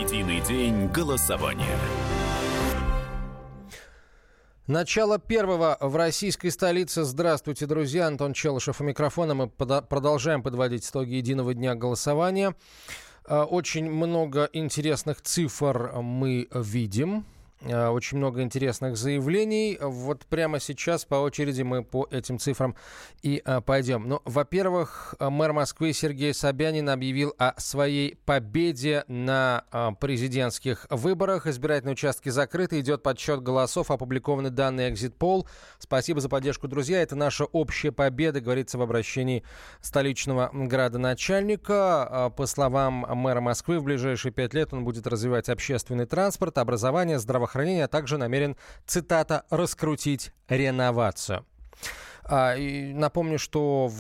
Единый день голосования. Начало первого в российской столице. Здравствуйте, друзья. Антон Челышев у микрофона. Мы продолжаем подводить итоги единого дня голосования. Очень много интересных цифр мы видим. Очень много интересных заявлений. Вот прямо сейчас по очереди мы по этим цифрам и пойдем. Ну, во-первых, мэр Москвы Сергей Собянин объявил о своей победе на президентских выборах. Избирательные участки закрыты, идет подсчет голосов, опубликованы данные Exit Poll. Спасибо за поддержку, друзья. Это наша общая победа, говорится в обращении столичного градоначальника. По словам мэра Москвы, в ближайшие 5 лет он будет развивать общественный транспорт, образование, здравоохранение, а также намерен, цитата, раскрутить реновацию. И напомню, что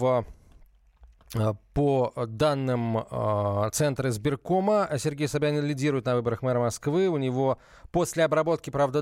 по данным Центра избиркома Сергей Собянин лидирует на выборах мэра Москвы. У него после обработки, правда,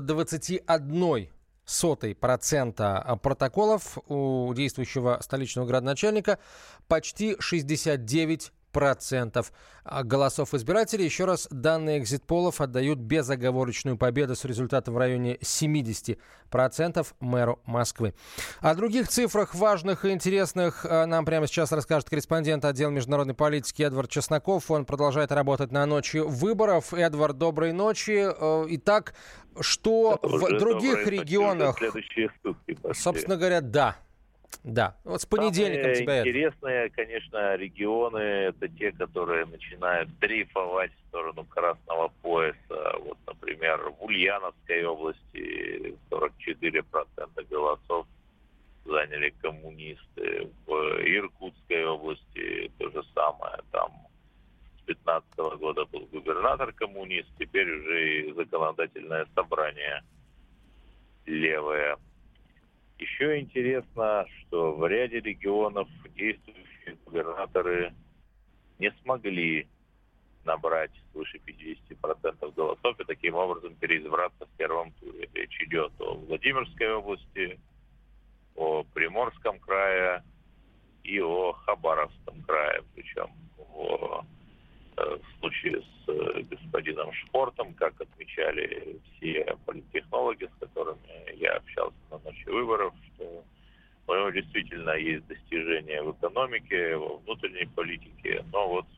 21% протоколов у действующего столичного градоначальника почти 69% голосов избирателей. Еще раз, данные экзит-полов отдают безоговорочную победу с результатом в районе 70% мэру Москвы. О других цифрах, важных и интересных, нам прямо сейчас расскажет корреспондент отдела международной политики Эдвард Чесноков. Он продолжает работать на ночи выборов. Эдвард, доброй ночи. Итак, что в других регионах, собственно говоря, да, вот с понедельником тебя интересные, конечно, регионы, это те, которые начинают дрейфовать в сторону красного пояса. Вот, например, в Ульяновской области 44% голосов заняли коммунисты. В Иркутской области то же самое. Там с 2015 года был губернатор коммунист, теперь уже и законодательное собрание левое. Еще интересно, что в ряде регионов действующие губернаторы не смогли набрать свыше 50% голосов и таким образом переизбраться в первом туре. Речь идет о Владимирской области, о Приморском крае и о Хабаровском крае. Причем в случае с господином Шпортом, как отмечали все политтехнологи, с которыми я общался на ночи выборов, что у него действительно есть достижения в экономике, во внутренней политике, но вот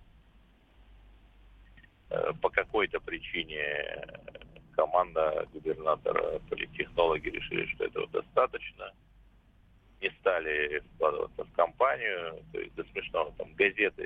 по какой-то причине команда губернатора, политтехнологи решили, что этого достаточно, не стали вкладываться в кампанию, то есть до смешного, там газета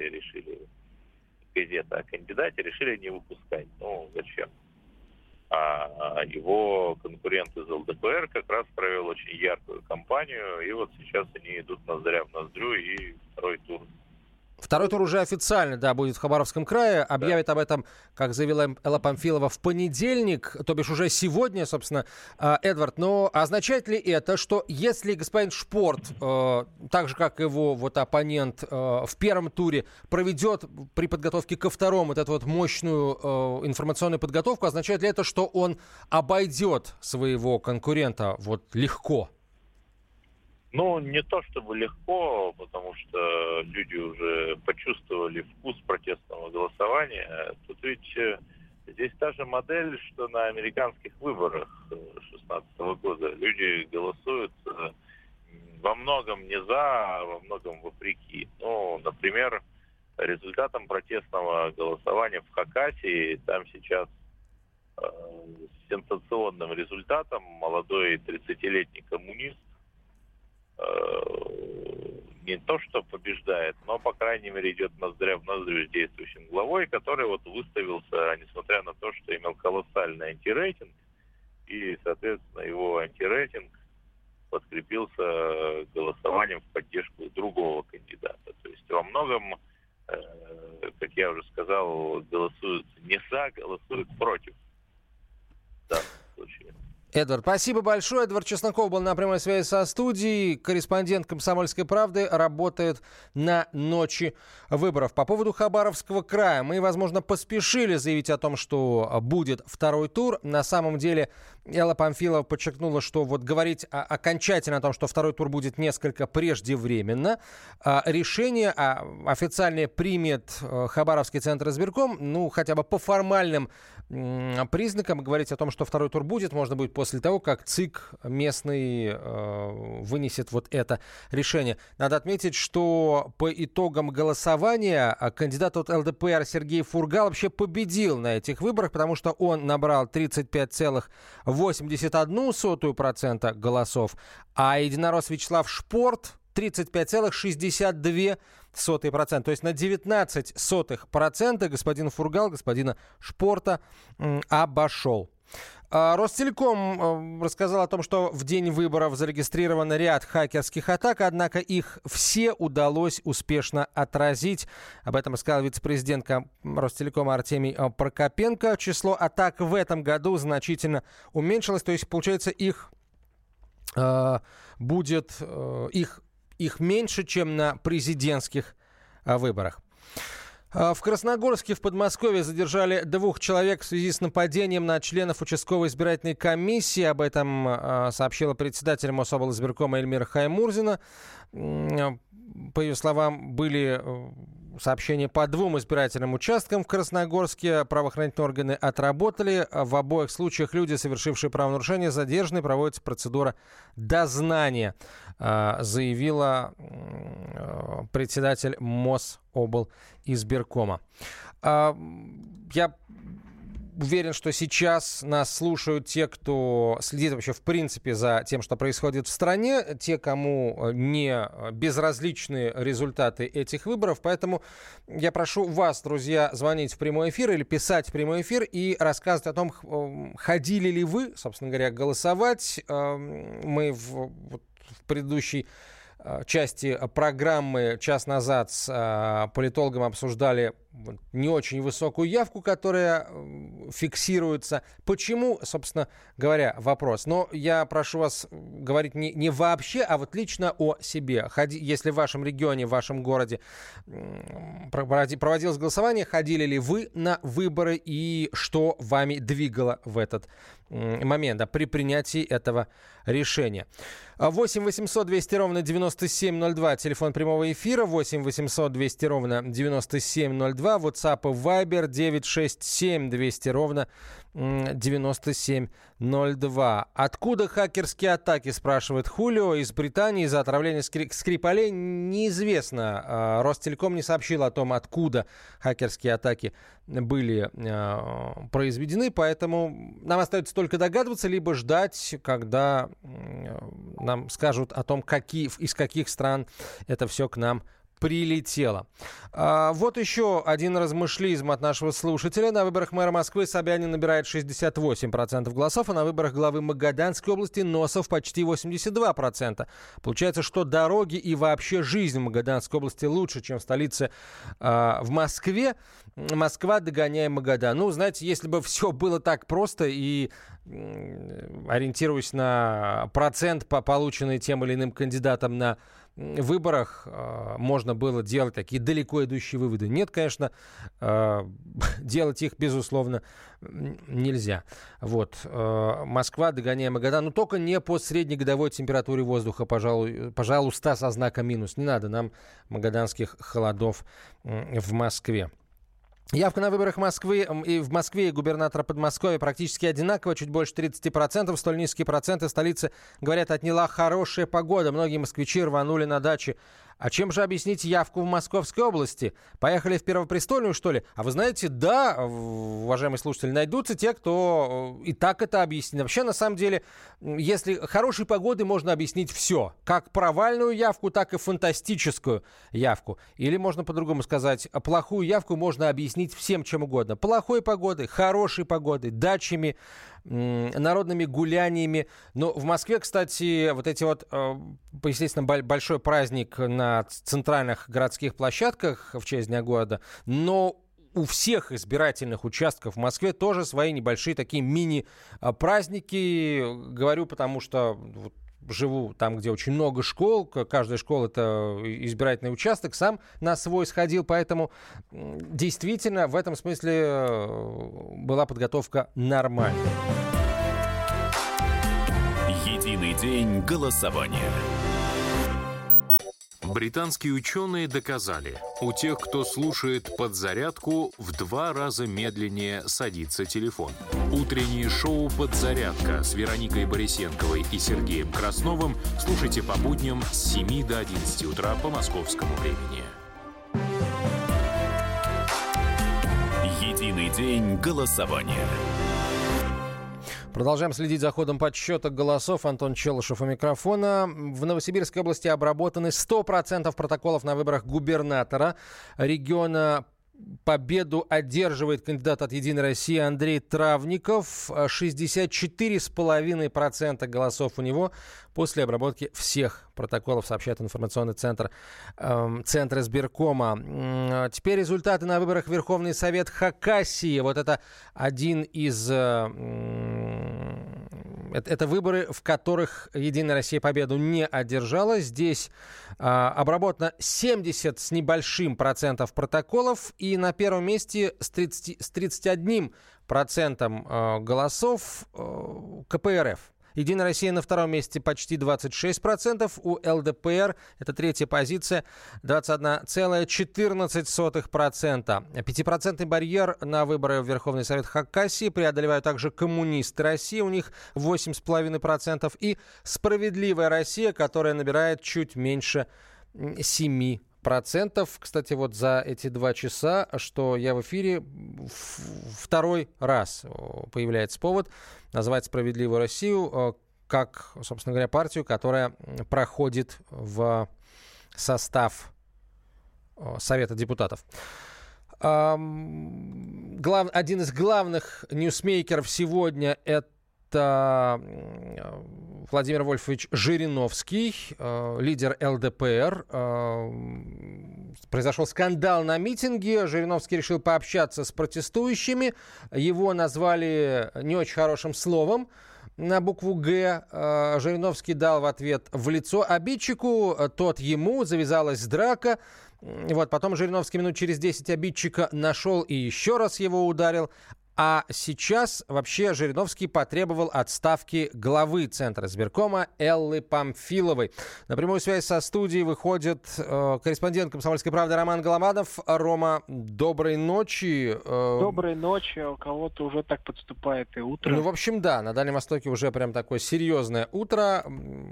о кандидате решили не выпускать. Ну, зачем? А его конкурент из ЛДПР как раз провел очень яркую кампанию, и вот сейчас они идут ноздря в ноздрю, и второй тур. Второй тур уже официально, да, будет в Хабаровском крае. Объявит об этом, как заявила Элла Памфилова, в понедельник, то бишь уже сегодня, собственно, Эдвард. Но означает ли это, что если господин Шпорт, так же, как его вот оппонент в первом туре, проведет при подготовке ко второму вот эту вот мощную информационную подготовку, означает ли это, что он обойдет своего конкурента вот легко? Ну, не то чтобы легко, потому что люди уже почувствовали вкус протестного голосования. Тут ведь здесь та же модель, что на американских выборах 2016 года. Люди голосуют во многом не за, а во многом вопреки. Ну, например, результатом протестного голосования в Хакасии там сейчас с сенсационным результатом молодой 30-летний коммунист не то что побеждает, но, по крайней мере, идет ноздря в ноздрю с действующим главой, который вот выставился, несмотря на то, что имел колоссальный антирейтинг, и, соответственно, его антирейтинг подкрепился голосованием в поддержку другого кандидата. То есть во многом, как я уже сказал, голосуют не за, голосуют против в данном случае. Эдвард, спасибо большое. Эдвард Чесноков был на прямой связи со студией. Корреспондент «Комсомольской правды» работает на ночи выборов. По поводу Хабаровского края. Мы, возможно, поспешили заявить о том, что будет второй тур. На самом деле Элла Памфилова подчеркнула, что вот говорить окончательно о том, что второй тур будет несколько преждевременно. Решение официальное примет Хабаровский центр избирком. Ну, хотя бы по формальным признакам говорить о том, что второй тур будет, можно будет после того, как ЦИК местный вынесет вот это решение. Надо отметить, что по итогам голосования кандидат от ЛДПР Сергей Фургал вообще победил на этих выборах, потому что он набрал 35,81% голосов, а единорос Вячеслав Шпорт 35,62%. То есть на 19% господин Фургал господина Шпорта обошел. Ростелеком рассказал о том, что в день выборов зарегистрирован ряд хакерских атак, однако их все удалось успешно отразить. Об этом рассказал вице-президент Ростелекома Артемий Прокопенко. Число атак в этом году значительно уменьшилось, то есть, получается, их будет их меньше, чем на президентских выборах. В Красногорске в Подмосковье задержали 2 человек в связи с нападением на членов участковой избирательной комиссии. Об этом сообщила председатель Мособлизбиркома Эльмира Хаймурзина. По ее словам, были сообщения по 2 избирательным участкам в Красногорске. Правоохранительные органы отработали. В обоих случаях люди, совершившие правонарушение, задержаны. Проводится процедура дознания, заявила председатель Мособлизбиркома. Я уверен, что сейчас нас слушают те, кто следит вообще в принципе за тем, что происходит в стране, те, кому не безразличны результаты этих выборов. Поэтому я прошу вас, друзья, звонить в прямой эфир или писать в прямой эфир и рассказывать о том, ходили ли вы, собственно говоря, голосовать. Мы в предыдущей части программы час назад с политологом обсуждали не очень высокую явку, которая фиксируется. Почему, собственно говоря, вопрос. Но я прошу вас говорить не вообще, а вот лично о себе. Если в вашем регионе, в вашем городе проводилось голосование, ходили ли вы на выборы и что вами двигало в этот момент, при принятии этого решения. 8 800 200 ровно 9702, телефон прямого эфира, 8 800 200 ровно 9702, WhatsApp и Viber 967 200 ровно 9702. Откуда хакерские атаки, спрашивает Хулио. Из Британии из-за отравления Скрипалей неизвестно. Ростелеком не сообщил о том, откуда хакерские атаки были произведены, поэтому нам остается только догадываться, либо ждать, когда нам скажут о том, из каких стран это все к нам прилетело. Вот еще один размышлизм от нашего слушателя. На выборах мэра Москвы Собянин набирает 68% голосов, а на выборах главы Магаданской области Носов почти 82%. Получается, что дороги и вообще жизнь в Магаданской области лучше, чем в столице в Москве. Москва, догоняя Магадан. Ну, знаете, если бы все было так просто и ориентируясь на процент, полученный тем или иным кандидатом на выборах, можно было делать такие далеко идущие выводы. Нет, конечно, делать их, безусловно, нельзя. Вот. Москва, догоняя Магадан, но только не по среднегодовой температуре воздуха, пожалуйста, со знаком минус. Не надо нам магаданских холодов в Москве. Явка на выборах Москвы и в Москве и губернатора Подмосковья практически одинаково, чуть больше 30%. Столь низкие проценты столицы, говорят, отняла хорошая погода. Многие москвичи рванули на дачи. А чем же объяснить явку в Московской области? Поехали в Первопрестольную, что ли? А вы знаете, да, уважаемые слушатели, найдутся те, кто и так это объяснит. Вообще, на самом деле, если хорошей погодой можно объяснить все. Как провальную явку, так и фантастическую явку. Или можно по-другому сказать, плохую явку можно объяснить всем чем угодно. Плохой погодой, хорошей погодой, дачами, народными гуляниями. Но в Москве, кстати, вот эти вот, естественно, большой праздник на центральных городских площадках в честь Дня города, но у всех избирательных участков в Москве тоже свои небольшие такие мини-праздники. Говорю, потому что живу там, где очень много школ. Каждая школа — это избирательный участок. Сам на свой сходил, поэтому действительно в этом смысле была подготовка нормальная. Единый день голосования. Британские ученые доказали, у тех, кто слушает «Подзарядку», в 2 раза медленнее садится телефон. Утреннее шоу «Подзарядка» с Вероникой Борисенковой и Сергеем Красновым слушайте по будням с 7 до 11 утра по московскому времени. Единый день голосования. Продолжаем следить за ходом подсчета голосов. Антон Челышев у микрофона. В Новосибирской области обработаны 100% протоколов на выборах губернатора региона. Победу одерживает кандидат от «Единой России» Андрей Травников. 64,5% голосов у него после обработки всех протоколов, сообщает информационный центр избиркома. Теперь результаты на выборах в Верховный Совет Хакасии. Вот это один из... Это выборы, в которых «Единая Россия» победу не одержала. Здесь обработано 70 с небольшим процентов протоколов. И на первом месте с 31% голосов КПРФ. «Единая Россия» на втором месте почти 26%. У ЛДПР, это третья позиция, 21,14%. 5% барьер на выборы в Верховный Совет Хакасии преодолевают также коммунисты России. У них 8,5%. И «Справедливая Россия», которая набирает чуть меньше 7%. Кстати, вот за эти 2 часа, что я в эфире, второй раз появляется повод назвать «Справедливую Россию» как, собственно говоря, партию, которая проходит в состав Совета депутатов. Один из главных ньюсмейкеров сегодня — это Владимир Вольфович Жириновский, лидер ЛДПР. Произошел скандал на митинге. Жириновский решил пообщаться с протестующими. Его назвали не очень хорошим словом на букву «Г». Жириновский дал в ответ в лицо обидчику, тот ему. Завязалась драка. Вот, потом Жириновский минут через 10 обидчика нашел и еще раз его ударил. А сейчас вообще Жириновский потребовал отставки главы Центра избиркома Эллы Памфиловой. На прямую связь со студией выходит корреспондент «Комсомольской правды» Роман Голомадов. Рома, доброй ночи. Доброй ночи. У кого-то уже так подступает и утро. Ну, в общем, да, на Дальнем Востоке уже прям такое серьезное утро.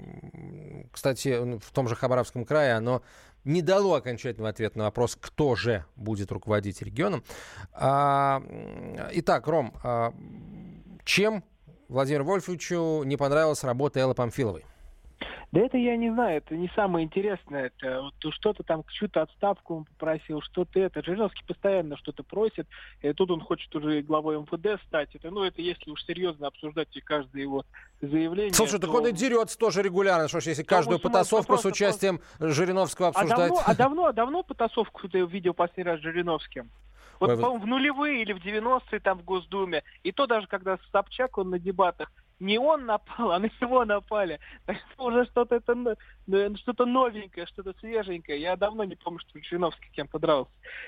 Кстати, в том же Хабаровском крае оно не дало окончательного ответа на вопрос, кто же будет руководить регионом. Итак, Ром, чем Владимиру Вольфовичу не понравилась работа Эллы Памфиловой? Да это я не знаю, это не самое интересное. Это вот что-то там, чью-то отставку он попросил, что-то это. Жириновский постоянно что-то просит, и тут он хочет уже главой МВД стать. Это если уж серьезно обсуждать каждое его заявление. Слушай, так он и дерется тоже регулярно. Что ж, если каждую потасовку с участием Жириновского обсуждать... давно потасовку ты видел последний раз с Жириновским? Вот, по-моему, в нулевые или в 90-е там в Госдуме. И то даже, когда Собчак, он на дебатах, не он напал, а на него напали. Так что уже что-то новенькое, что-то свеженькое. Я давно не помню, что Жириновский кем-то дрался.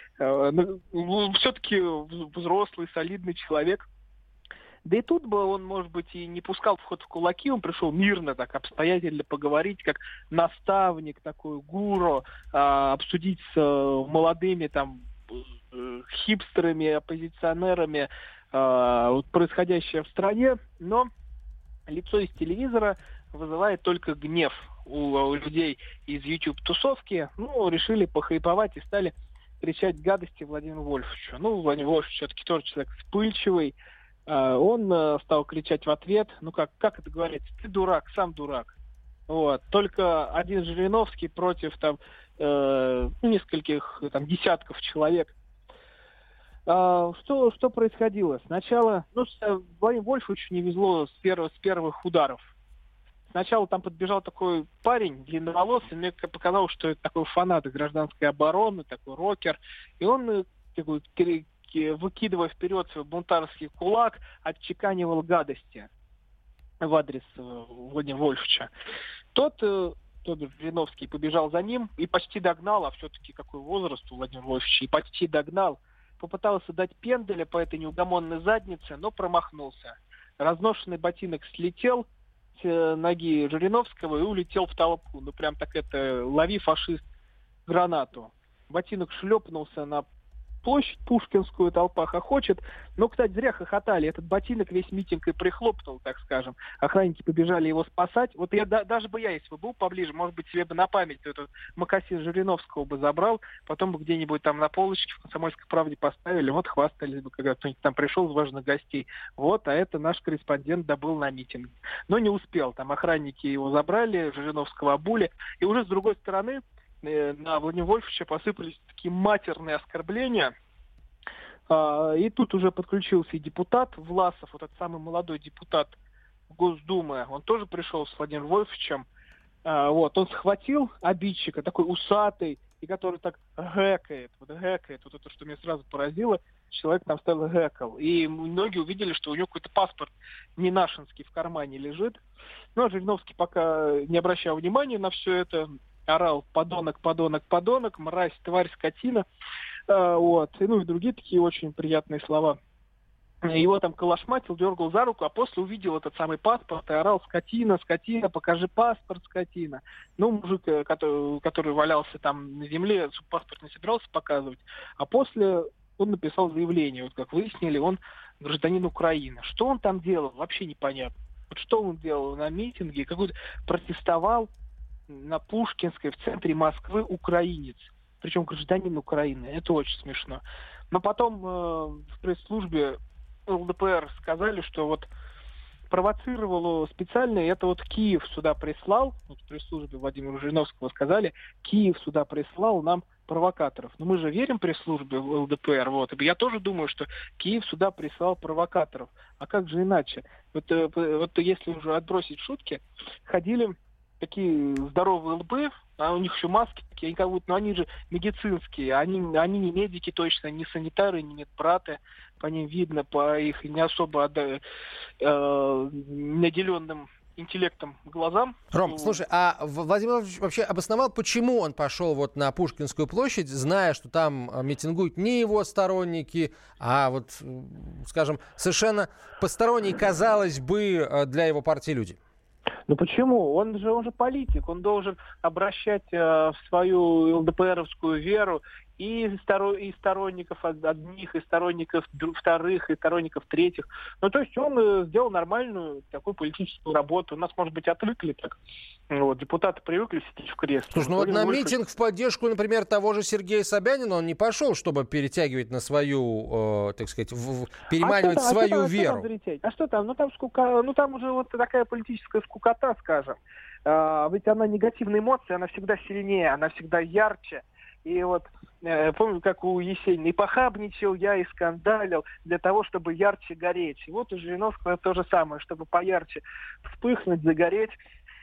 Все-таки взрослый, солидный человек. Да и тут бы он, может быть, и не пускал в ход в кулаки, он пришел мирно, так обстоятельно поговорить, как наставник, такой гуру, обсудить с молодыми там хипстерами, оппозиционерами происходящее в стране, но лицо из телевизора вызывает только гнев у людей из YouTube-тусовки. Решили похайповать и стали кричать гадости Владимиру Вольфовичу. Владимир Вольфович все-таки тоже человек вспыльчивый. Он стал кричать в ответ, как это говорится, ты дурак, сам дурак. Вот. Только один Жириновский против нескольких десятков человек. Что происходило? Сначала, Владимиру Вольфовичу не везло с первых ударов. Сначала там подбежал такой парень длинноволосый, мне показалось, что это такой фанат гражданской обороны, такой рокер, и он такой выкидывая вперед свой бунтарский кулак, отчеканивал гадости в адрес Владимира Вольфовича. Тот Жириновский побежал за ним и почти догнал, а все-таки какой возраст у Владимира Вольфовича, и почти догнал. Попытался дать пенделя по этой неугомонной заднице, но промахнулся. Разношенный ботинок слетел с ноги Жириновского и улетел в толпу. Ну, прям так лови, фашист, гранату. Ботинок шлепнулся на площадь Пушкинскую, толпа хохочет. Но, кстати, зря хохотали. Этот ботинок весь митинг и прихлопнул, так скажем. Охранники побежали его спасать. Вот даже бы я, если бы был поближе, может быть, себе бы на память этот мокасин Жириновского бы забрал, потом бы где-нибудь там на полочке в «Комсомольской правде» поставили, вот хвастались бы, когда кто-нибудь там пришел из важных гостей. Вот, а это наш корреспондент добыл на митинге. Но не успел. Там охранники его забрали, Жириновского обули. И уже с другой стороны на Владимира Вольфовича посыпались такие матерные оскорбления. И тут уже подключился и депутат Власов, вот этот самый молодой депутат Госдумы. Он тоже пришел с Владимиром Вольфовичем. Он схватил обидчика, такой усатый, и который так гэкает. Вот это, что меня сразу поразило. Человек там стоял гэкал. И многие увидели, что у него какой-то паспорт не нашинский в кармане лежит. Но Жириновский пока не обращал внимания на все это. Орал: подонок, подонок, подонок, мразь, тварь, скотина. И другие такие очень приятные слова. Его там калашматил, дергал за руку, а после увидел этот самый паспорт и орал: скотина, скотина, покажи паспорт, скотина. Мужик, который валялся там на земле, паспорт не собирался показывать, а после он написал заявление. Вот как выяснили, он гражданин Украины. Что он там делал, вообще непонятно. Вот что он делал на митинге, какой-то протестовал на Пушкинской в центре Москвы украинец, причем гражданин Украины. Это очень смешно. Но потом в пресс-службе ЛДПР сказали, что вот провоцировало специально, и это вот Киев сюда прислал, вот в пресс-службе Владимира Жириновского сказали, Киев сюда прислал нам провокаторов. Но мы же верим пресс-службе в ЛДПР, и я тоже думаю, что Киев сюда прислал провокаторов. А как же иначе? Вот если уже отбросить шутки, ходили такие здоровые лбы, а у них еще маски такие, они как будто, они же медицинские, они не медики точно, не санитары, не медбраты, по ним видно, по их не особо наделенным интеллектом глазам. Ром, слушай, а Владимир Владимирович вообще обосновал, почему он пошел вот на Пушкинскую площадь, зная, что там митингуют не его сторонники, а вот, скажем, совершенно посторонние, казалось бы, для его партии люди? Ну почему? Он же политик, он должен обращать в свою ЛДПРовскую веру и сторонников одних, и сторонников вторых, и сторонников третьих. Ну, то есть он сделал нормальную такую политическую работу. У нас, может быть, отвыкли так. Депутаты привыкли сидеть в кресле. Слушай, на митинг в поддержку, например, того же Сергея Собянина он не пошел, чтобы перетягивать на свою, так сказать, переманивать свою веру. А что там? Там уже вот такая политическая скукота, скажем. Ведь она негативная эмоция, она всегда сильнее, она всегда ярче. И вот помню, как у Есенина: и похабничал я, и скандалил для того, чтобы ярче гореть. И вот у Жириновского то же самое, чтобы поярче вспыхнуть, загореться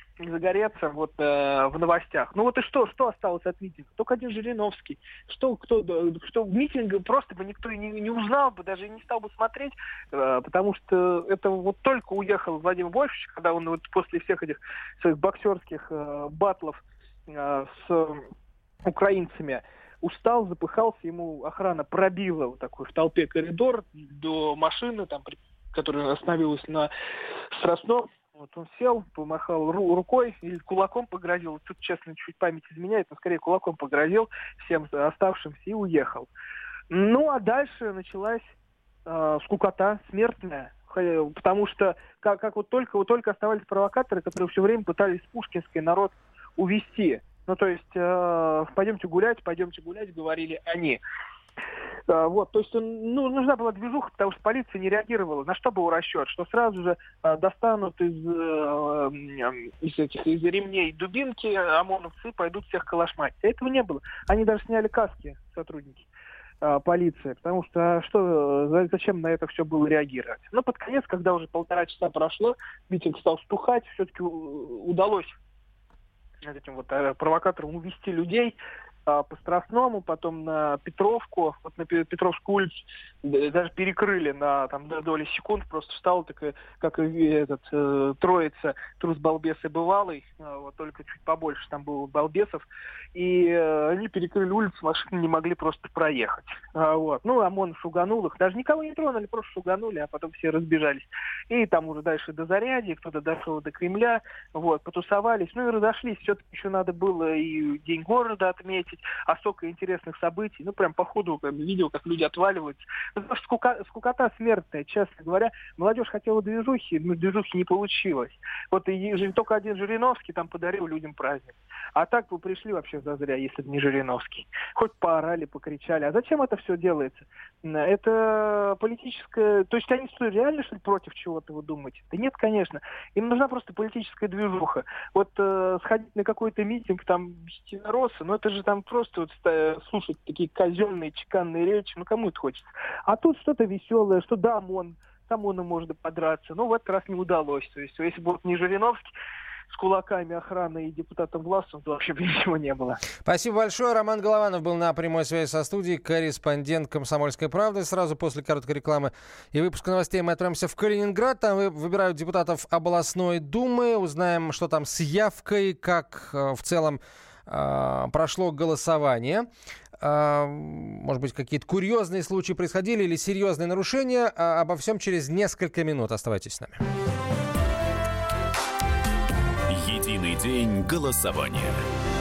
в новостях. Ну вот и что осталось от митинга? Только один Жириновский. Что митинг просто бы никто и не узнал бы, даже и не стал бы смотреть, потому что это вот только уехал Владимир Вольфович, когда он вот после всех этих своих боксерских батлов с украинцами устал, запыхался, ему охрана пробила вот такой в толпе коридор до машины, там, которая остановилась на Страстном. Вот он сел, помахал рукой или кулаком погрозил. Тут, честно, чуть память изменяет, но скорее кулаком погрозил всем оставшимся и уехал. Ну, а дальше началась скукота смертная. Потому что как вот только оставались провокаторы, которые все время пытались Пушкинский народ увести. Ну, то есть, пойдемте гулять, говорили они. То есть, нужна была движуха, потому что полиция не реагировала. На что был расчет? Что сразу же достанут из ремней дубинки ОМОНовцы и пойдут всех калашматить. Этого не было. Они даже сняли каски, сотрудники полиции, потому что зачем на это все было реагировать? Но под конец, когда уже 1,5 часа прошло, митинг стал стухать, все-таки удалось этим вот провокаторам увести людей. по Страстному, потом на Петровку, вот на Петровскую улицу даже перекрыли на там до доли секунд, просто встал такая, как и троица трус, балбес и бывалый, вот только чуть побольше там было балбесов, и они перекрыли улицу, машины не могли просто проехать. Вот. Ну, ОМОН шуганул их, даже никого не тронули, просто шуганули, а потом все разбежались. И там уже дальше до Зарядья, кто-то дошел до Кремля, вот, потусовались, ну и разошлись. Все-таки еще надо было и День города отметить, а столько интересных событий. Ну, прям по ходу видел, как люди отваливаются. Ну, потому что скукота смертная, честно говоря. Молодежь хотела движухи, но движухи не получилось. Вот и только один Жириновский там подарил людям праздник. А так вы пришли вообще зазря, если бы не Жириновский. Хоть поорали, покричали. А зачем это все делается? Это политическое... То есть они что, реально, что ли, против чего-то вы думаете? Да нет, конечно. Им нужна просто политическая движуха. Вот сходить на какой-то митинг, там, единороссы, ну это же там просто вот, слушать такие казенные, чеканные речи, ну кому это хочется? А тут что-то веселое, что да, ОМОН, с ОМОНом можно подраться. Но в этот раз не удалось. То есть если бы вот не Жириновский с кулаками охраны и депутатом властью, то вообще бы ничего не было. Спасибо большое. Роман Голованов был на прямой связи со студией, корреспондент «Комсомольской правды». Сразу после короткой рекламы и выпуска новостей мы отправимся в Калининград. Там выбирают депутатов областной думы. Узнаем, что там с явкой, как в целом прошло голосование. Может быть, какие-то курьезные случаи происходили или серьезные нарушения. Обо всем через несколько минут. Оставайтесь с нами. Единый день голосования.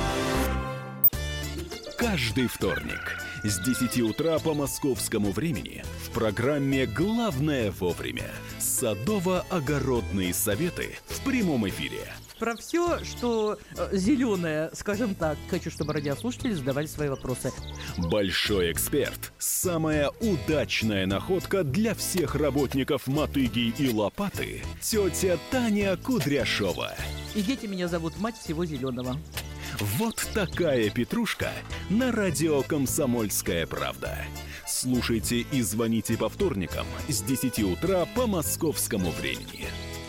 Каждый вторник с 10 утра по московскому времени в программе «Главное вовремя» садово-огородные советы в прямом эфире. Про все, что зеленое, скажем так. Хочу, чтобы радиослушатели задавали свои вопросы. Большой эксперт. Самая удачная находка для всех работников мотыги и лопаты. Тетя Таня Кудряшова. И дети меня зовут мать всего зеленого. Вот такая петрушка на радио «Комсомольская правда». Слушайте и звоните по вторникам с 10 утра по московскому времени.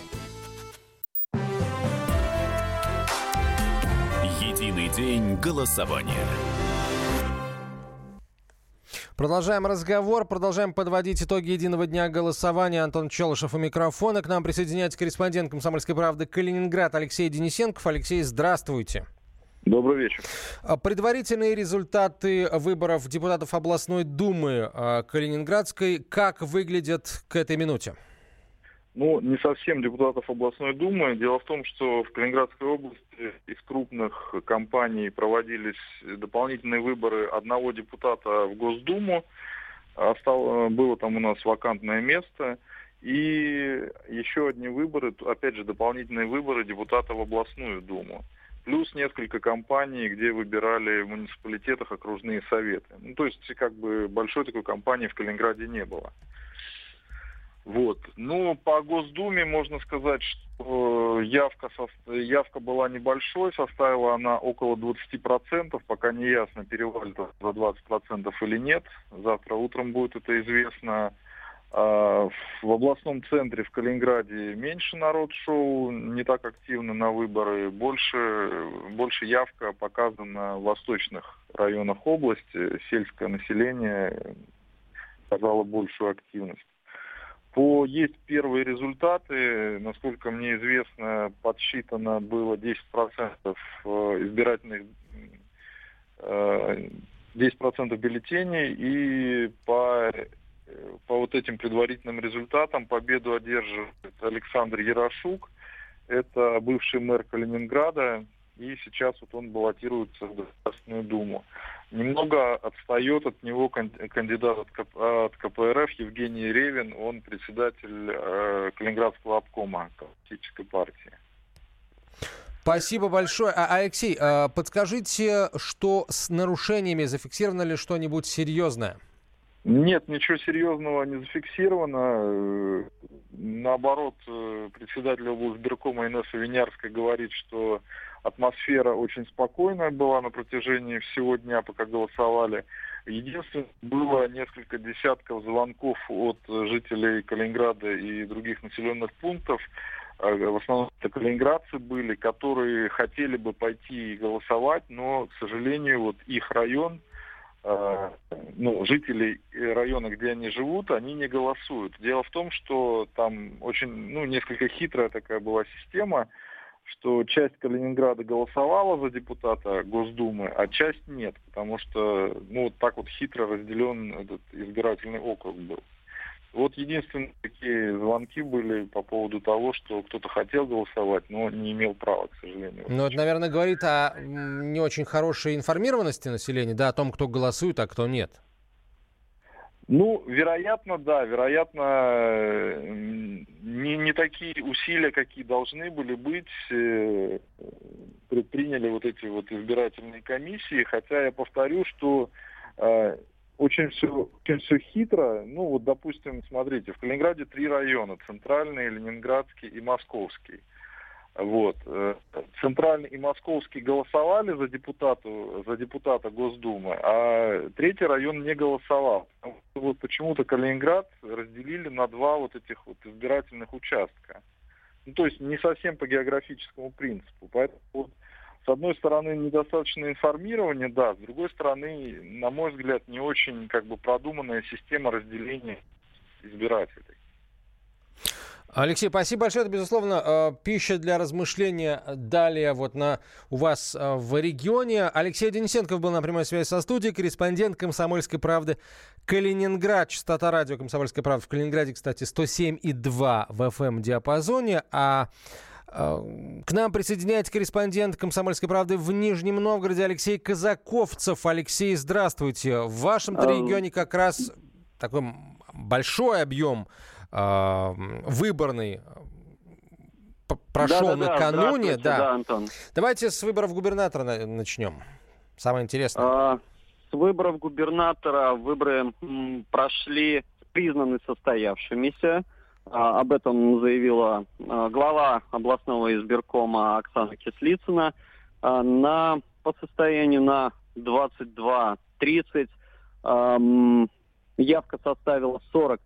Единый день голосования. Продолжаем разговор, продолжаем подводить итоги единого дня голосования. Антон Челышев у микрофона. К нам присоединяется корреспондент «Комсомольской правды» Калининград Алексей Денисенков. Алексей, здравствуйте. Добрый вечер. Предварительные результаты выборов депутатов областной думы Калининградской как выглядят к этой минуте? Ну, не совсем депутатов областной думы. Дело в том, что в Калининградской области из крупных компаний проводились дополнительные выборы одного депутата в Госдуму. Было там у нас вакантное место. И еще одни выборы, опять же, дополнительные выборы депутата в областную думу. Плюс несколько компаний, где выбирали в муниципалитетах окружные советы. Ну, то есть, как бы, большой такой кампании в Калининграде не было. Вот. Ну, по Госдуме можно сказать, что явка была небольшой, составила она около 20%, пока не ясно, перевалит за 20% или нет. Завтра утром будет это известно. В областном центре в Калининграде меньше народ шел, не так активно на выборы, больше явка показана в восточных районах области, сельское население показало большую активность. Есть первые результаты, насколько мне известно, подсчитано было 10% избирательных, 10% бюллетеней, и по вот этим предварительным результатам победу одерживает Александр Ярошук. Это бывший мэр Калининграда, и сейчас вот он баллотируется в Государственную Думу. Немного отстает от него кандидат от КПРФ Евгений Ревин, он председатель Калининградского обкома Коммунистической партии. Спасибо большое. Алексей, подскажите, что с нарушениями, зафиксировано ли что-нибудь серьезное? Нет, ничего серьезного не зафиксировано. Наоборот, председатель облсбиркома Инесса Винярская говорит, что атмосфера очень спокойная была на протяжении всего дня, пока голосовали. Единственное, было несколько десятков звонков от жителей Калининграда и других населенных пунктов в основном это калининградцы были, которые хотели бы пойти голосовать, но, к сожалению, вот их район, жителей района, где они живут, они не голосуют. Дело в том, что там очень, несколько хитрая такая была система, что часть Калининграда голосовала за депутата Госдумы, а часть нет, потому что, вот так вот хитро разделен этот избирательный округ был. Вот единственные такие звонки были по поводу того, что кто-то хотел голосовать, но не имел права, к сожалению. Ну, это, наверное, говорит о не очень хорошей информированности населения, да, о том, кто голосует, а кто нет. Вероятно, да. Вероятно, не такие усилия, какие должны были быть, предприняли вот эти вот избирательные комиссии. Хотя я повторю, что очень все хитро. Допустим, смотрите, в Калининграде 3 района: центральный, ленинградский и московский. Вот. Центральный и московский голосовали за депутата Госдумы, а 3-й район не голосовал. Вот почему-то Калининград разделили на 2 вот этих вот избирательных участка. То есть не совсем по географическому принципу. Поэтому с одной стороны недостаточно информирования, да, с другой стороны, на мой взгляд, не очень продуманная система разделения избирателей. Алексей, спасибо большое. Это, безусловно, пища для размышления далее у вас в регионе. Алексей Денисенков был на прямой связи со студией, корреспондент «Комсомольской правды» Калининград. Частота радио «Комсомольская правда» в Калининграде, кстати, 107,2 в FM-диапазоне. А к нам присоединяется корреспондент «Комсомольской правды» в Нижнем Новгороде Алексей Казаковцев. Алексей, здравствуйте. В вашем-то регионе как раз такой большой объем выборный прошел накануне. Да, Антон. Давайте с выборов губернатора начнем. Самое интересное. С выборов губернатора выборы прошли, признаны состоявшимися. Об этом заявила глава областного избиркома Оксана Кислицына. По состоянию на 22:30 явка составила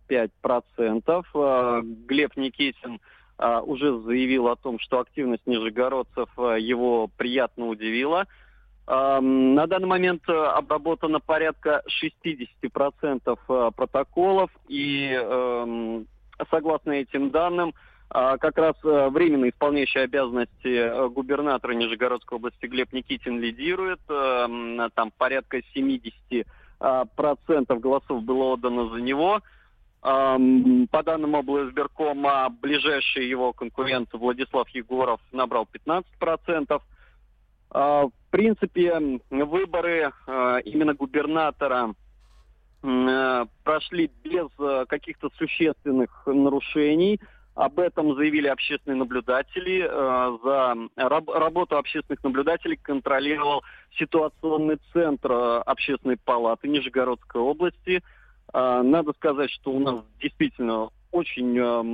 45%. Глеб Никитин уже заявил о том, что активность нижегородцев его приятно удивила. На данный момент обработано порядка 60% протоколов, и согласно этим данным, как раз временно исполняющий обязанности губернатора Нижегородской области Глеб Никитин лидирует. Там порядка 70% голосов было отдано за него. По данным облизбиркома, ближайший его конкурент Владислав Егоров набрал 15%. В принципе, выборы именно губернатора прошли без каких-то существенных нарушений. Об этом заявили общественные наблюдатели. За работу общественных наблюдателей контролировал ситуационный центр Общественной палаты Нижегородской области. Надо сказать, что у нас действительно очень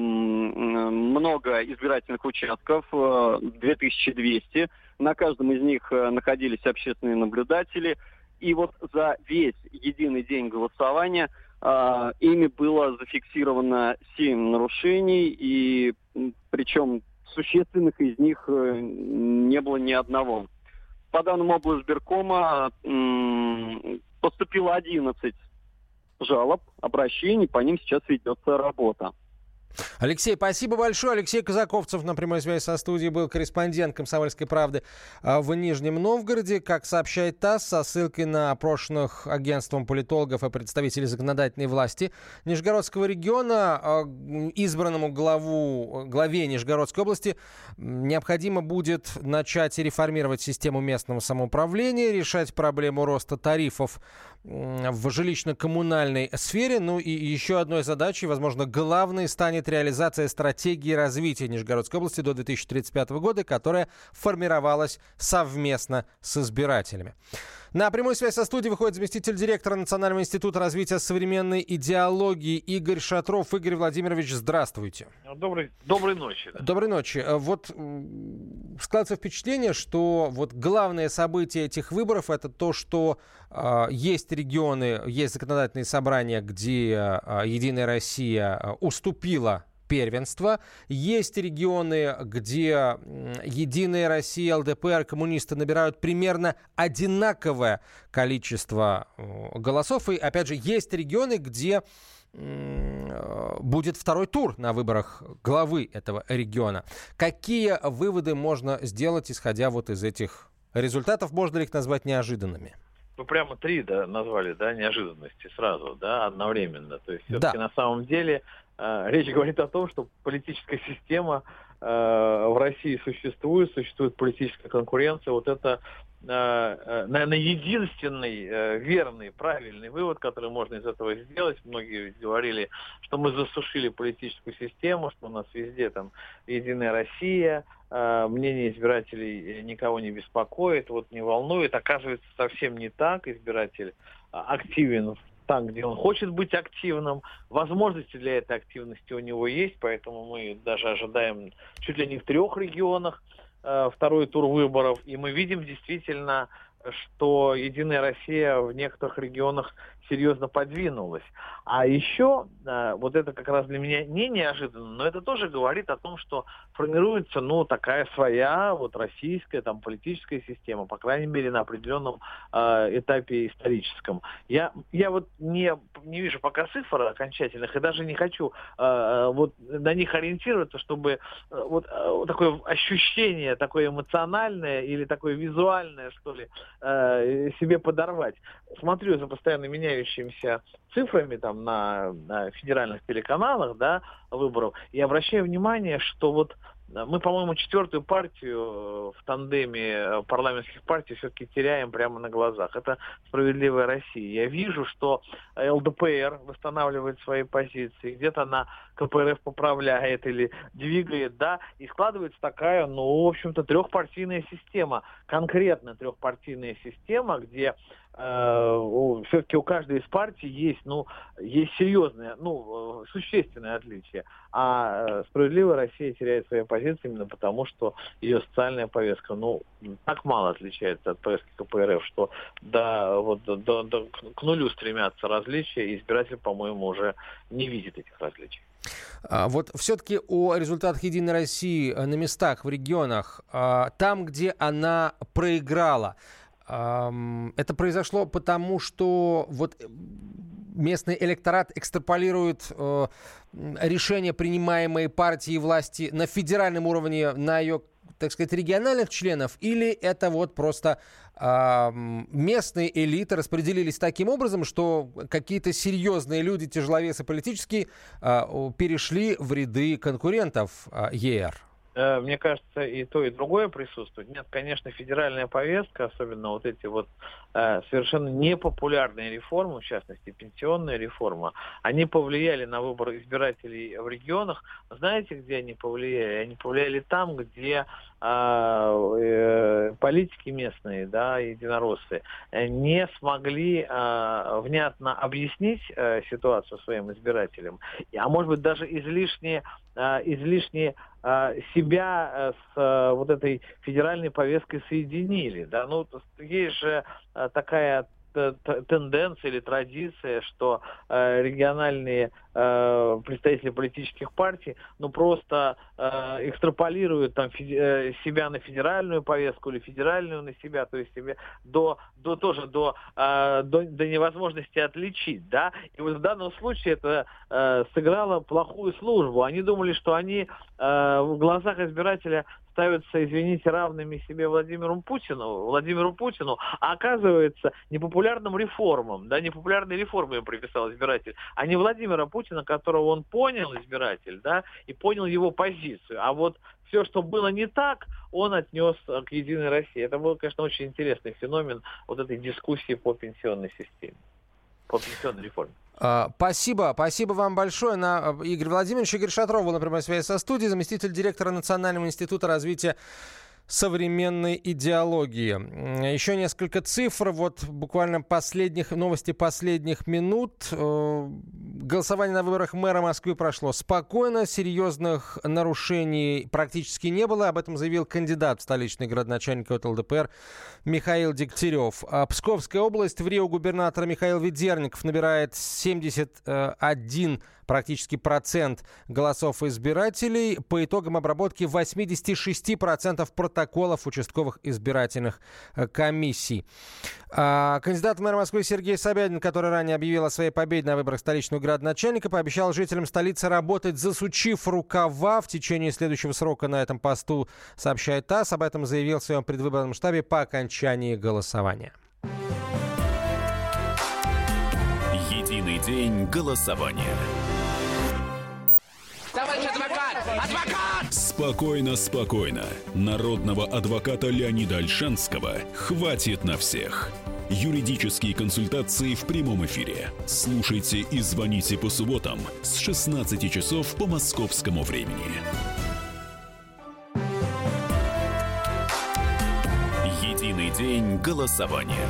много избирательных участков, 2200. На каждом из них находились общественные наблюдатели. И вот за весь единый день голосования ими было зафиксировано 7 нарушений, и причем существенных из них не было ни одного. По данным облизбиркома поступило 11 жалоб, обращений, по ним сейчас ведется работа. Алексей, спасибо большое. Алексей Казаковцев на прямой связи со студией был, корреспондент «Комсомольской правды» в Нижнем Новгороде. Как сообщает ТАСС, со ссылкой на опрошенных агентством политологов и представителей законодательной власти Нижегородского региона, избранному главе Нижегородской области необходимо будет начать реформировать систему местного самоуправления, решать проблему роста тарифов в жилищно-коммунальной сфере. Ну и еще одной задачей, возможно, главной, станет реализация стратегии развития Нижегородской области до 2035 года, которая формировалась совместно с избирателями. На прямую связь со студией выходит заместитель директора Национального института развития современной идеологии Игорь Шатров. Игорь Владимирович, здравствуйте. Доброй ночи. Да. Доброй ночи. Вот складывается впечатление, что вот главное событие этих выборов — это то, что есть регионы, есть законодательные собрания, где «Единая Россия» уступила первенство. Есть регионы, где Единая Россия, ЛДПР, коммунисты набирают примерно одинаковое количество голосов. И, опять же, есть регионы, где будет второй тур на выборах главы этого региона. Какие выводы можно сделать, исходя вот из этих результатов? Можно ли их назвать неожиданными? Вы прямо 3 назвали, неожиданности сразу, одновременно. То есть все-таки на самом деле речь говорит о том, что политическая система в России существует политическая конкуренция. Вот это, наверное, единственный верный, правильный вывод, который можно из этого сделать. Многие говорили, что мы засушили политическую систему, что у нас везде там Единая Россия, мнение избирателей никого не беспокоит, не волнует. Оказывается, совсем не так. Избиратель активен там, где он хочет быть активным. Возможности для этой активности у него есть, поэтому мы даже ожидаем чуть ли не в 3 регионах второй тур выборов. И мы видим действительно, что Единая Россия в некоторых регионах серьезно подвинулась. А еще, вот это как раз для меня не неожиданно, но это тоже говорит о том, что формируется, такая своя российская политическая система, по крайней мере, на определенном этапе историческом. Я не вижу пока цифр окончательных и даже не хочу на них ориентироваться, чтобы такое ощущение, такое эмоциональное или такое визуальное, что ли, себе подорвать. Смотрю за постоянно меняющимися цифрами на федеральных телеканалах, выборов, и обращаю внимание, что мы, по-моему, 4-ю партию в тандеме парламентских партий все-таки теряем прямо на глазах. Это «Справедливая Россия». Я вижу, что ЛДПР восстанавливает свои позиции, где-то она КПРФ поправляет или двигает, и складывается такая, в общем-то, трехпартийная система. Конкретно трехпартийная система, где все-таки у каждой из партий есть серьезное, существенное отличие. А «Справедливая Россия» теряет свои позиции именно потому, что ее социальная повестка, так мало отличается от повестки КПРФ, что к нулю стремятся различия, и избиратель, по-моему, уже не видит этих различий. Все-таки о результатах «Единой России» на местах, в регионах, там, где она проиграла, это произошло потому, что местный электорат экстраполирует решения, принимаемые партией власти на федеральном уровне, на ее, так сказать, региональных членов, или это просто местные элиты распределились таким образом, что какие-то серьезные люди, тяжеловесы политические, перешли в ряды конкурентов ЕР? Мне кажется, и то, и другое присутствует. Нет, конечно, федеральная повестка, особенно эти совершенно непопулярные реформы, в частности, пенсионная реформа, они повлияли на выбор избирателей в регионах. Знаете, где они повлияли? Они повлияли там, где политики местные, единороссы, не смогли внятно объяснить ситуацию своим избирателям, а может быть даже излишне себя с этой федеральной повесткой соединили. Есть же такая тенденция или традиция, что региональные представители политических партий просто экстраполируют себя на федеральную повестку или федеральную на себя, то есть себе до невозможности отличить, И в данном случае это сыграло плохую службу. Они думали, что они в глазах избирателя ставятся, извините, равными себе Владимиру Путину, а оказывается непопулярным реформам, непопулярные реформы им приписал избиратель, а не Владимира Путина, которого он понял, избиратель, и понял его позицию. А все, что было не так, он отнес к Единой России. Это был, конечно, очень интересный феномен этой дискуссии по пенсионной системе, по пенсионной реформе. Спасибо вам большое. Игорь Владимирович. Игорь Шатров был на прямой связи со студией, заместитель директора Национального института развития современной идеологии. Еще несколько цифр. Вот буквально новости последних минут. Голосование на выборах мэра Москвы прошло спокойно. Серьезных нарушений практически не было. Об этом заявил кандидат в столичный градоначальник от ЛДПР Михаил Дегтярев. Псковская область. В Рио губернатор Михаил Ведерников набирает 71 практически процент голосов избирателей по итогам обработки 86% протоколов участковых избирательных комиссий. Кандидат в мэр Москвы Сергей Собянин, который ранее объявил о своей победе на выборах столичного градоначальника, пообещал жителям столицы работать, засучив рукава в течение следующего срока на этом посту, сообщает ТАСС. Об этом заявил в своем предвыборном штабе по окончании голосования. Единый день голосования. Товарищ адвокат! Адвокат! Спокойно, спокойно. Народного адвоката Леонида Ольшанского хватит на всех. Юридические консультации в прямом эфире. Слушайте и звоните по субботам с 16 часов по московскому времени. Единый день голосования.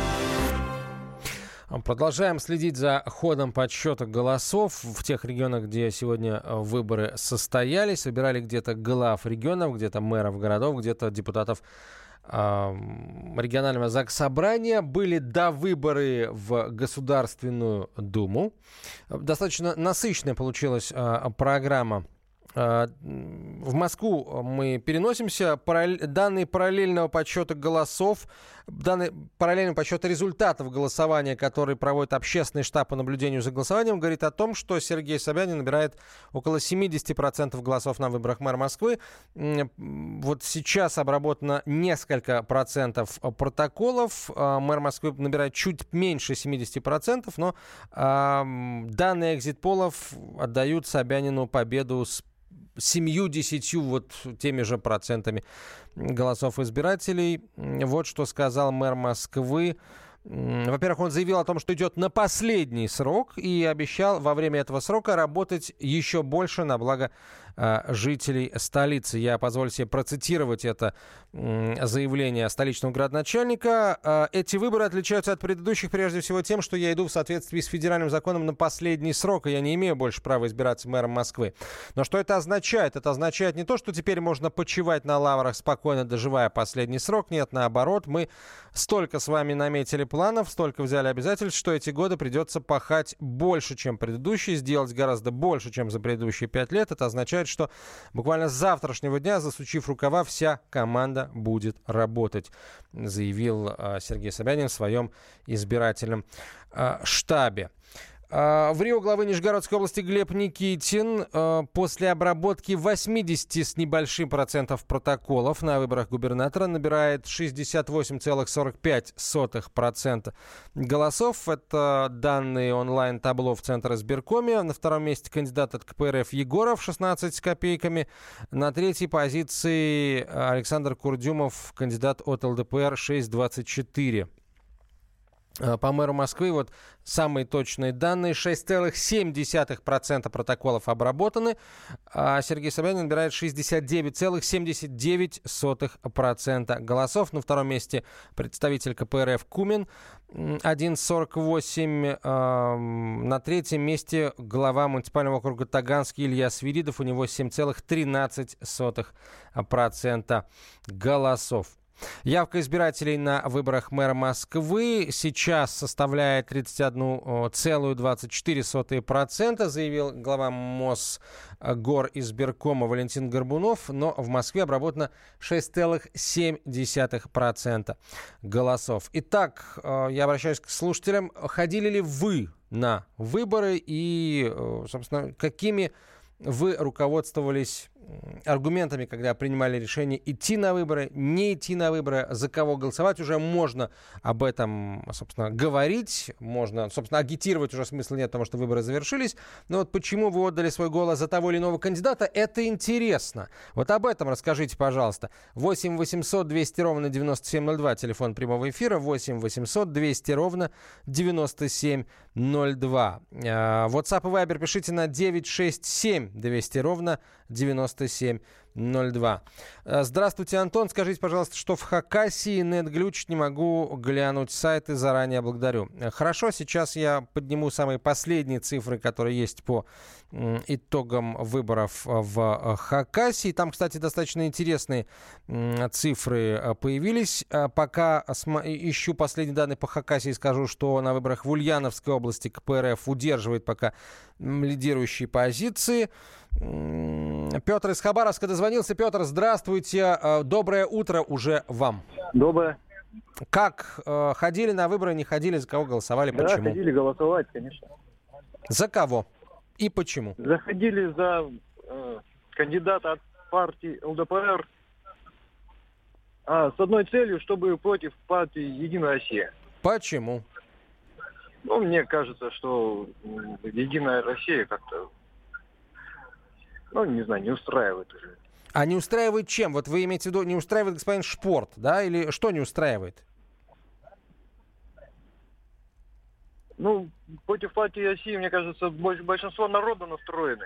Продолжаем следить за ходом подсчета голосов в тех регионах, где сегодня выборы состоялись. Собирали где-то глав регионов, где-то мэров городов, где-то депутатов регионального заксобрания. Были довыборы в Государственную Думу. Достаточно насыщенная получилась программа. В Москву мы переносимся. Данные параллельного подсчета голосов, данные параллельного подсчета результатов голосования, который проводит общественный штаб по наблюдению за голосованием, говорит о том, что Сергей Собянин набирает около 70% голосов на выборах мэра Москвы. Вот сейчас обработано несколько процентов протоколов. Мэр Москвы набирает чуть меньше 70%, но данные экзит-полов отдают Собянину победу с 70 вот теми же процентами голосов избирателей. Вот что сказал мэр Москвы. Во-первых, он заявил о том, что идет на последний срок и обещал во время этого срока работать еще больше на благо жителей столицы. Я позволю себе процитировать это заявление столичного градоначальника. Эти выборы отличаются от предыдущих прежде всего тем, что я иду в соответствии с федеральным законом на последний срок, и я не имею больше права избираться мэром Москвы. Но что это означает? Это означает не то, что теперь можно почивать на лаврах, спокойно доживая последний срок. Нет, наоборот, мы столько с вами наметили планов, столько взяли обязательств, что эти годы придется пахать больше, чем предыдущие, сделать гораздо больше, чем за предыдущие 5 лет. Это означает, что буквально с завтрашнего дня, засучив рукава, вся команда будет работать, заявил Сергей Собянин в своем избирательном штабе. В Рио главы Нижегородской области Глеб Никитин после обработки 80 с небольшим процентов протоколов на выборах губернатора набирает 68,45% голосов. Это данные онлайн-табло в Центре избиркоме. На втором месте кандидат от КПРФ Егоров 16 с копейками. На третьей позиции Александр Курдюмов, кандидат от ЛДПР, 6,24%. По мэру Москвы вот самые точные данные. 6,7% протоколов обработаны, а Сергей Собянин набирает 69,79% голосов. На втором месте представитель КПРФ Кумин 1,48%. На третьем месте глава муниципального округа Таганский Илья Свиридов. У него 7,13% голосов. Явка избирателей на выборах мэра Москвы сейчас составляет 31,24%, заявил глава Мосгоризбиркома Валентин Горбунов, но в Москве обработано 6,7% голосов. Итак, я обращаюсь к слушателям. Ходили ли вы на выборы и, собственно, какими вы руководствовались аргументами, когда принимали решение идти на выборы, не идти на выборы, за кого голосовать? Уже можно об этом, собственно, говорить, можно, собственно, агитировать уже смысла нет, потому что выборы завершились. Но вот почему вы отдали свой голос за того или иного кандидата, это интересно. Вот об этом расскажите, пожалуйста. 8 800 200 ровно 9702, телефон прямого эфира, 8 800 200 ровно 9702. WhatsApp и Viber пишите на 967 200 ровно 9702. 02. Здравствуйте, Антон. Скажите, пожалуйста, что в Хакасии нет глючит, не могу глянуть сайты, заранее благодарю. Хорошо, сейчас я подниму самые последние цифры, которые есть по итогам выборов в Хакасии. Там, кстати, достаточно интересные цифры появились. Пока ищу последние данные по Хакасии, скажу, что на выборах в Ульяновской области КПРФ удерживает пока лидирующие позиции. Петр из Хабаровска дозвонился. Петр, здравствуйте. Доброе утро уже вам. Доброе. Как ходили на выборы, не ходили, за кого голосовали, да, почему? Да, ходили голосовать, конечно. За кого и почему? Заходили за кандидата от партии ЛДПР с одной целью, чтобы против партии «Единая Россия». Почему? Ну, мне кажется, что «Единая Россия» как-то, не знаю, не устраивает уже. А не устраивает чем? Вот вы имеете в виду, не устраивает господин Шпорт, да? Или что не устраивает? Против партии России, мне кажется, большинство народа настроены.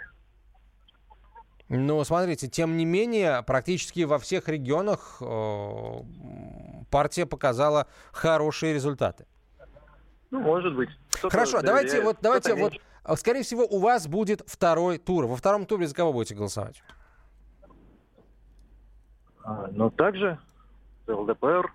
Но смотрите, тем не менее, практически во всех регионах партия показала хорошие результаты. Может быть. Хорошо, давайте, скорее всего, у вас будет второй тур. Во втором туре за кого будете голосовать? Также за ЛДПР.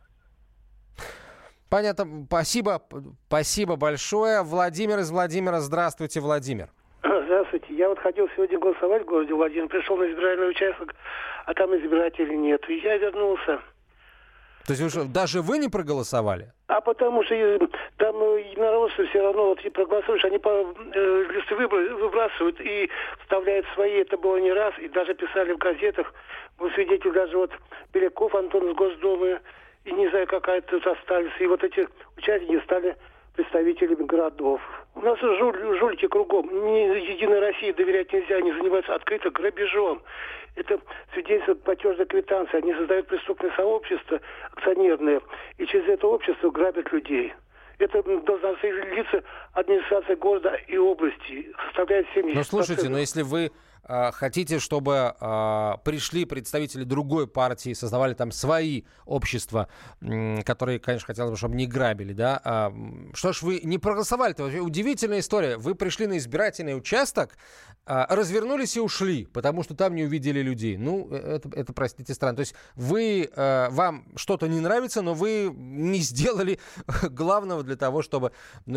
Понятно, спасибо большое. Владимир из Владимира. Здравствуйте, Владимир. Здравствуйте. Я хотел сегодня голосовать в городе Владимир. Пришел на избирательный участок, а там избирателей нет. И я вернулся. То есть даже вы не проголосовали? А потому что там единороссы все равно, вот проголосуешь, они листы выбрасывают и вставляют свои. Это было не раз. И даже писали в газетах. Был свидетель даже Беляков Антон из Госдумы. И не знаю, какая тут остались. И вот эти участники стали представителями городов. У нас жулики кругом. Единой России доверять нельзя. Они занимаются открыто грабежом. Это свидетельствует платежной квитанции. Они создают преступное сообщество акционерное. И через это общество грабят людей. Это должна осуществиться администрация города и области. Составляет 70%. Но слушайте, если вы хотите, чтобы пришли представители другой партии, создавали там свои общества, которые, конечно, хотелось бы, чтобы не грабили, да? Что ж вы не проголосовали-то? Удивительная история. Вы пришли на избирательный участок, развернулись и ушли, потому что там не увидели людей. Это простите, странно. То есть вам что-то не нравится, но вы не сделали главного для того, чтобы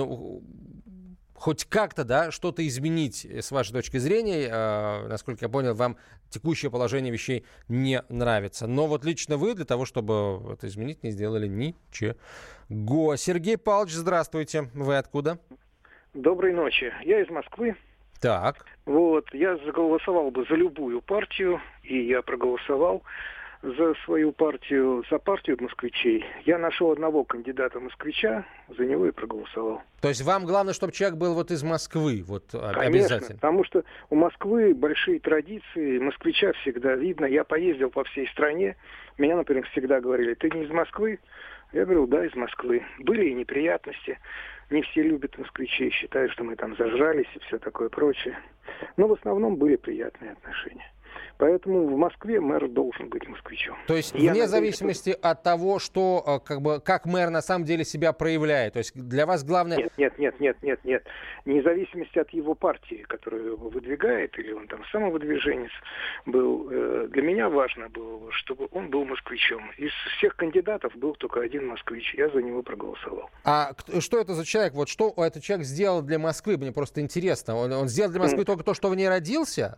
хоть как-то, да, что-то изменить с вашей точки зрения. Насколько я понял, вам текущее положение вещей не нравится. Но вот лично вы для того, чтобы это изменить, не сделали ничего. Сергей Павлович, здравствуйте. Вы откуда? Доброй ночи. Я из Москвы. Так. Я заголосовал бы за любую партию, и я проголосовал за свою партию, за партию москвичей. Я нашел одного кандидата-москвича, за него и проголосовал. То есть вам главное, чтобы человек был из Москвы, Конечно, обязательно? Потому что у Москвы большие традиции, москвича всегда видно. Я поездил по всей стране, меня, например, всегда говорили: ты не из Москвы? Я говорил: да, из Москвы. Были и неприятности. Не все любят москвичей, считают, что мы там зажрались и все такое прочее. Но в основном были приятные отношения. Поэтому в Москве мэр должен быть москвичом. То есть вне зависимости от того, что как мэр на самом деле себя проявляет. То есть для вас главное... Нет. Вне зависимости от его партии, которую его выдвигает, или он там самовыдвиженец был. Для меня важно было, чтобы он был москвичом. Из всех кандидатов был только один москвич. Я за него проголосовал. А что это за человек? Что этот человек сделал для Москвы? Мне просто интересно. Он сделал для Москвы только то, что в ней родился?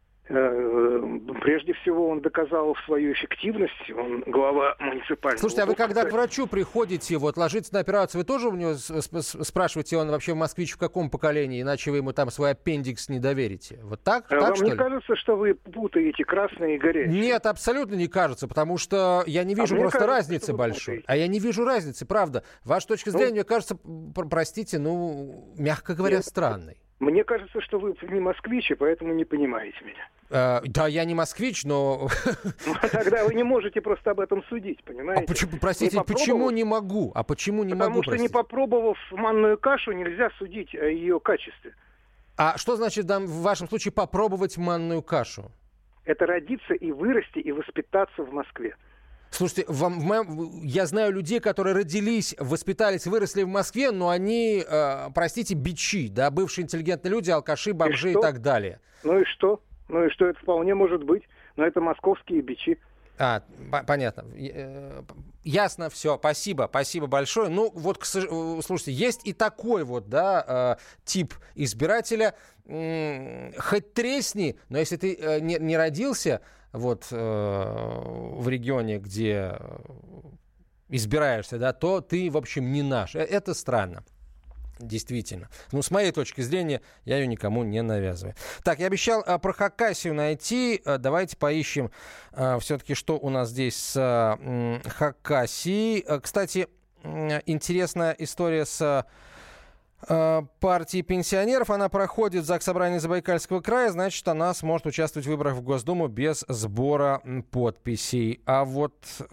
Прежде всего, он доказал свою эффективность. Он глава муниципального... Слушайте, а вы когда к врачу приходите, ложиться на операцию, вы тоже у него спрашиваете, он вообще москвич в каком поколении, иначе вы ему там свой аппендикс не доверите? Так Вам что не ли? кажется, что вы путаете красное и горячее? Нет, абсолютно не кажется, потому что я не вижу просто разницы большой. А я не вижу разницы, правда. Ваша точка зрения, мне кажется, простите, мягко говоря, странной. Мне кажется, что вы не москвич, и поэтому не понимаете меня. Да, я не москвич, но... Тогда вы не можете просто об этом судить, понимаете? Простите, почему не могу? Потому что не попробовав манную кашу, нельзя судить о ее качестве. А что значит в вашем случае попробовать манную кашу? Это родиться и вырасти, и воспитаться в Москве. Слушайте, я знаю людей, которые родились, воспитались, выросли в Москве, но они, простите, бичи, да, бывшие интеллигентные люди, алкаши, бомжи и так далее. Ну и что? Ну и что, это вполне может быть. Но это московские бичи. Понятно. Ясно, все. Спасибо большое. Ну, вот, слушайте, есть и такой вот, да, тип избирателя. Хоть тресни, но если ты не родился вот в регионе, где избираешься, да, то ты, в общем, не наш. Это странно. Действительно. Ну, с моей точки зрения, я ее никому не навязываю. Так, я обещал про Хакассию найти. Давайте поищем все-таки, что у нас здесь с Хакассией. Кстати, интересная история с партии пенсионеров. Она проходит в Заксобрании Забайкальского края. Значит, она сможет участвовать в выборах в Госдуму без сбора подписей. А вот...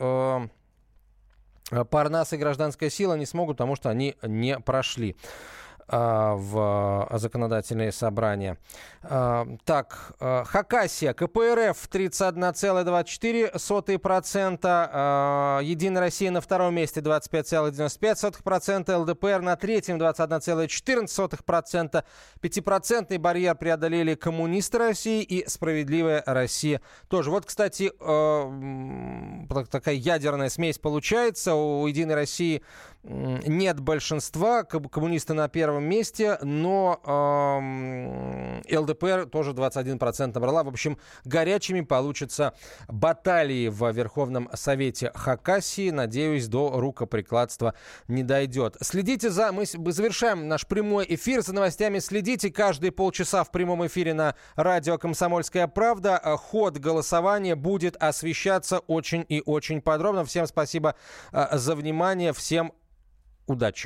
Парнас и Гражданская сила не смогут, потому что они не прошли в законодательные собрания. Так, Хакассия, КПРФ 31,24%, Единая Россия на втором месте 25,95%, ЛДПР на третьем 21,14%, 5% барьер преодолели Коммунисты России и Справедливая Россия тоже. Вот, кстати, такая ядерная смесь получается. У Единой России нет большинства, коммунисты на первом месте, но ЛДПР тоже 21% набрала. В общем, горячими получатся баталии в Верховном Совете Хакассии. Надеюсь, до рукоприкладства не дойдет. Следите мы завершаем наш прямой эфир. За новостями следите каждые полчаса в прямом эфире на радио «Комсомольская правда». Ход голосования будет освещаться очень и очень подробно. Всем спасибо за внимание. Всем удачи.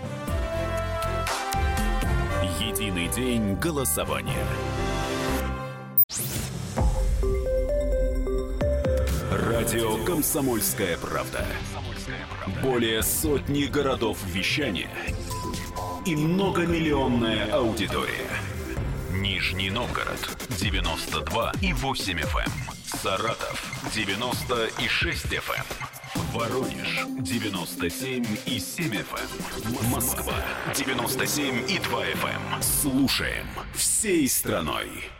Единый день голосования. Радио «Комсомольская правда». Более сотни городов вещания и многомиллионная аудитория. Нижний Новгород 92,8 FM. Саратов 90,6 FM. Воронеж 97,7 FM. Москва 97,2 FM. Слушаем всей страной.